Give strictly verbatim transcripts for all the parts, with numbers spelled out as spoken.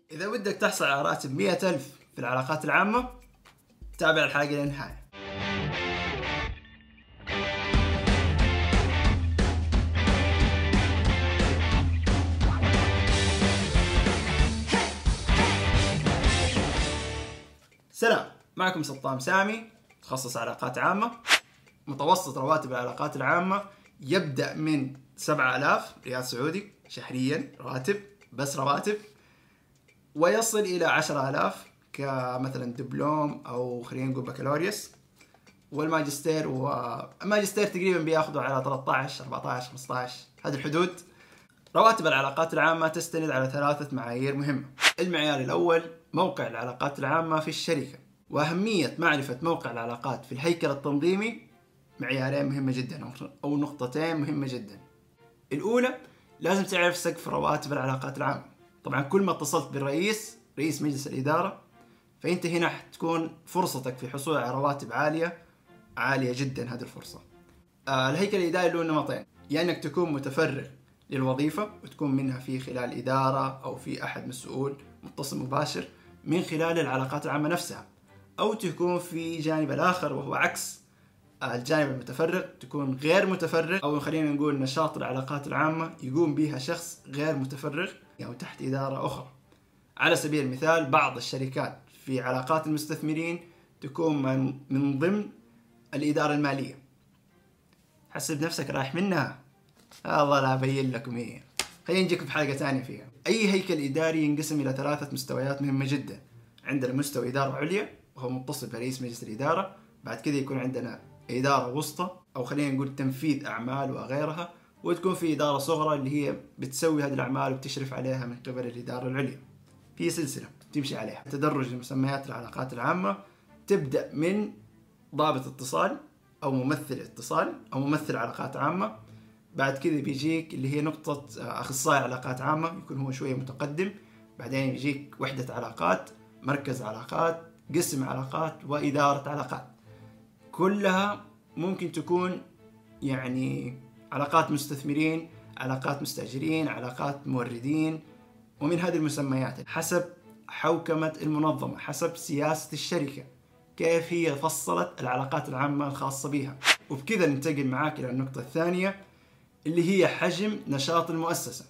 إذا ودك تحصل على راتب مئة ألف في العلاقات العامة تابع الحلقة للنهاية. سلام، معكم سلطان سامي، متخصص علاقات عامة. متوسط رواتب العلاقات العامة يبدأ من سبعة آلاف ريال سعودي شهريا راتب، بس رواتب، ويصل إلى عشرة آلاف كمثلا دبلوم أو خلينا نقول بكالوريوس. والماجستير والماجستير تقريبا بياخذوا على ثلاثة عشر أربعة عشر خمسة عشر هذه الحدود. رواتب العلاقات العامة تستند على ثلاثة معايير مهمة. المعيار الأول موقع العلاقات العامة في الشركة، وأهمية معرفة موقع العلاقات في الهيكل التنظيمي معيارين مهمة جدا أو نقطتين مهمة جدا. الأولى لازم تعرف سقف رواتب العلاقات العامة. طبعا كل ما اتصلت بالرئيس رئيس مجلس الإدارة فأنت هنا تكون فرصتك في حصول على رواتب عالية عالية جدا. هذه الفرصة. آه الهيكل الإداري له نمطين، يا يعني أنك تكون متفرغ للوظيفة وتكون منها في خلال إدارة أو في أحد مسؤول متصل مباشر من خلال العلاقات العامة نفسها، أو تكون في جانب الآخر وهو عكس الجانب المتفرغ، تكون غير متفرغ، أو خلينا نقول نشاط العلاقات العامة يقوم بها شخص غير متفرغ أو يعني تحت إدارة أخرى. على سبيل المثال بعض الشركات في علاقات المستثمرين تكون من, من ضمن الإدارة المالية. حسب نفسك رايح منها، الله لا أبين لكم إيه. خلينا نجيكم في حلقة ثانية فيها. أي هيكل إداري ينقسم إلى ثلاثة مستويات مهمة جدا. عندنا مستوى إدارة عليا وهو متصل برئيس مجلس الإدارة. بعد كده يكون عندنا إدارة وسطى أو خلينا نقول تنفيذ أعمال وغيرها، وتكون في إدارة صغرى اللي هي بتسوي هذه الأعمال وبتشرف عليها من قبل الإدارة العليا. في سلسلة تمشي عليها. تدرج لمسميات العلاقات العامة تبدأ من ضابط اتصال أو ممثل اتصال أو ممثل علاقات عامة. بعد كذا بيجيك اللي هي نقطة أخصائي علاقات عامة، يكون هو شوية متقدم. بعدين يجيك وحدة علاقات، مركز علاقات، قسم علاقات، وإدارة علاقات. كلها ممكن تكون يعني علاقات مستثمرين، علاقات مستأجرين، علاقات موردين، ومن هذه المسميات حسب حوكمة المنظمة، حسب سياسة الشركة كيف هي فصلت العلاقات العامة الخاصة بها. وبكذا ننتقل معاك إلى النقطة الثانية اللي هي حجم نشاط المؤسسة،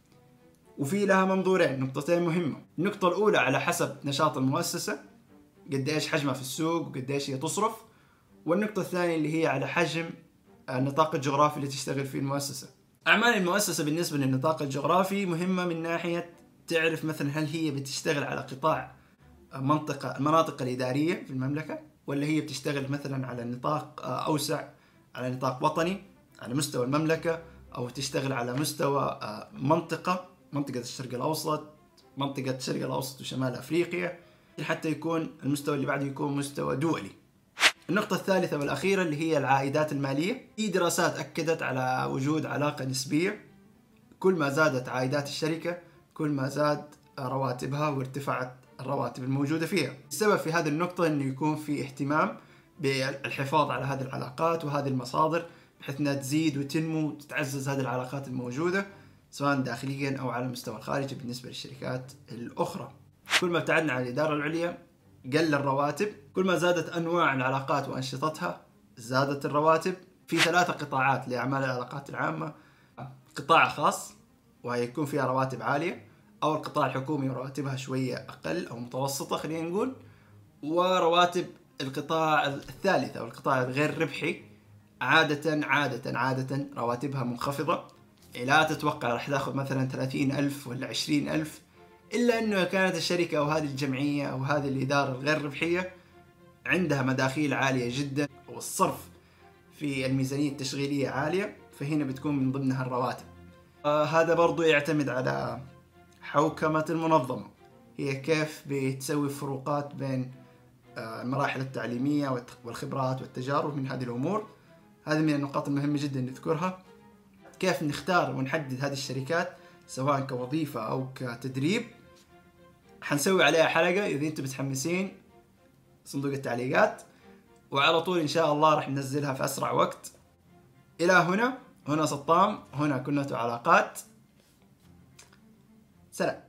وفي لها منظورين، نقطتين مهمة. النقطة الأولى على حسب نشاط المؤسسة، قد إيش حجمها في السوق وقد إيش هي تصرف. والنقطة الثانية اللي هي على حجم النطاق الجغرافي اللي تشتغل فيه المؤسسة. أعمال المؤسسة بالنسبة للنطاق الجغرافي مهمة من ناحية تعرف مثلا هل هي بتشتغل على قطاع منطقة المناطق الإدارية في المملكة، ولا هي بتشتغل مثلا على نطاق أوسع، على نطاق وطني على مستوى المملكة، أو تشتغل على مستوى منطقة منطقة الشرق الأوسط، منطقة الشرق الأوسط وشمال أفريقيا، حتى يكون المستوى اللي بعده يكون مستوى دولي. النقطة الثالثة والأخيرة اللي هي العائدات المالية. في دراسات أكدت على وجود علاقة نسبية، كل ما زادت عائدات الشركة كل ما زاد رواتبها وارتفعت الرواتب الموجودة فيها. السبب في هذه النقطة أنه يكون في اهتمام بالحفاظ على هذه العلاقات وهذه المصادر بحيث أنها تزيد وتنمو وتتعزز هذه العلاقات الموجودة سواء داخليا أو على المستوى الخارجي بالنسبة للشركات الأخرى. كل ما ابتعدنا عن الإدارة العليا قل الرواتب، كل ما زادت أنواع العلاقات وأنشطتها زادت الرواتب. في ثلاثة قطاعات لأعمال العلاقات العامة: قطاع خاص وهيكون فيها رواتب عالية، أو القطاع الحكومي رواتبها شوية أقل أو متوسطة خلينا نقول، ورواتب القطاع الثالث أو القطاع الغير ربحي عادة عادة عادة رواتبها منخفضة. لا تتوقع راح تاخذ مثلا ثلاثين ألف ولا عشرين ألف، إلا أنه كانت الشركة أو هذه الجمعية أو هذه الإدارة الغير ربحية عندها مداخيل عالية جدا والصرف في الميزانية التشغيلية عالية، فهنا بتكون من ضمنها الرواتب. آه هذا برضو يعتمد على حوكمة المنظمة، هي كيف بتسوي فروقات بين آه المراحل التعليمية والخبرات والتجارب من هذه الأمور. هذه من النقاط المهمة جدا نذكرها. كيف نختار ونحدد هذه الشركات سواء كوظيفة أو كتدريب، حنسوي عليها حلقة إذا أنتم متحمسين، صندوق التعليقات، وعلى طول إن شاء الله راح ننزلها في أسرع وقت. إلى هنا، هنا سطام، هنا كنة علاقات. سلام.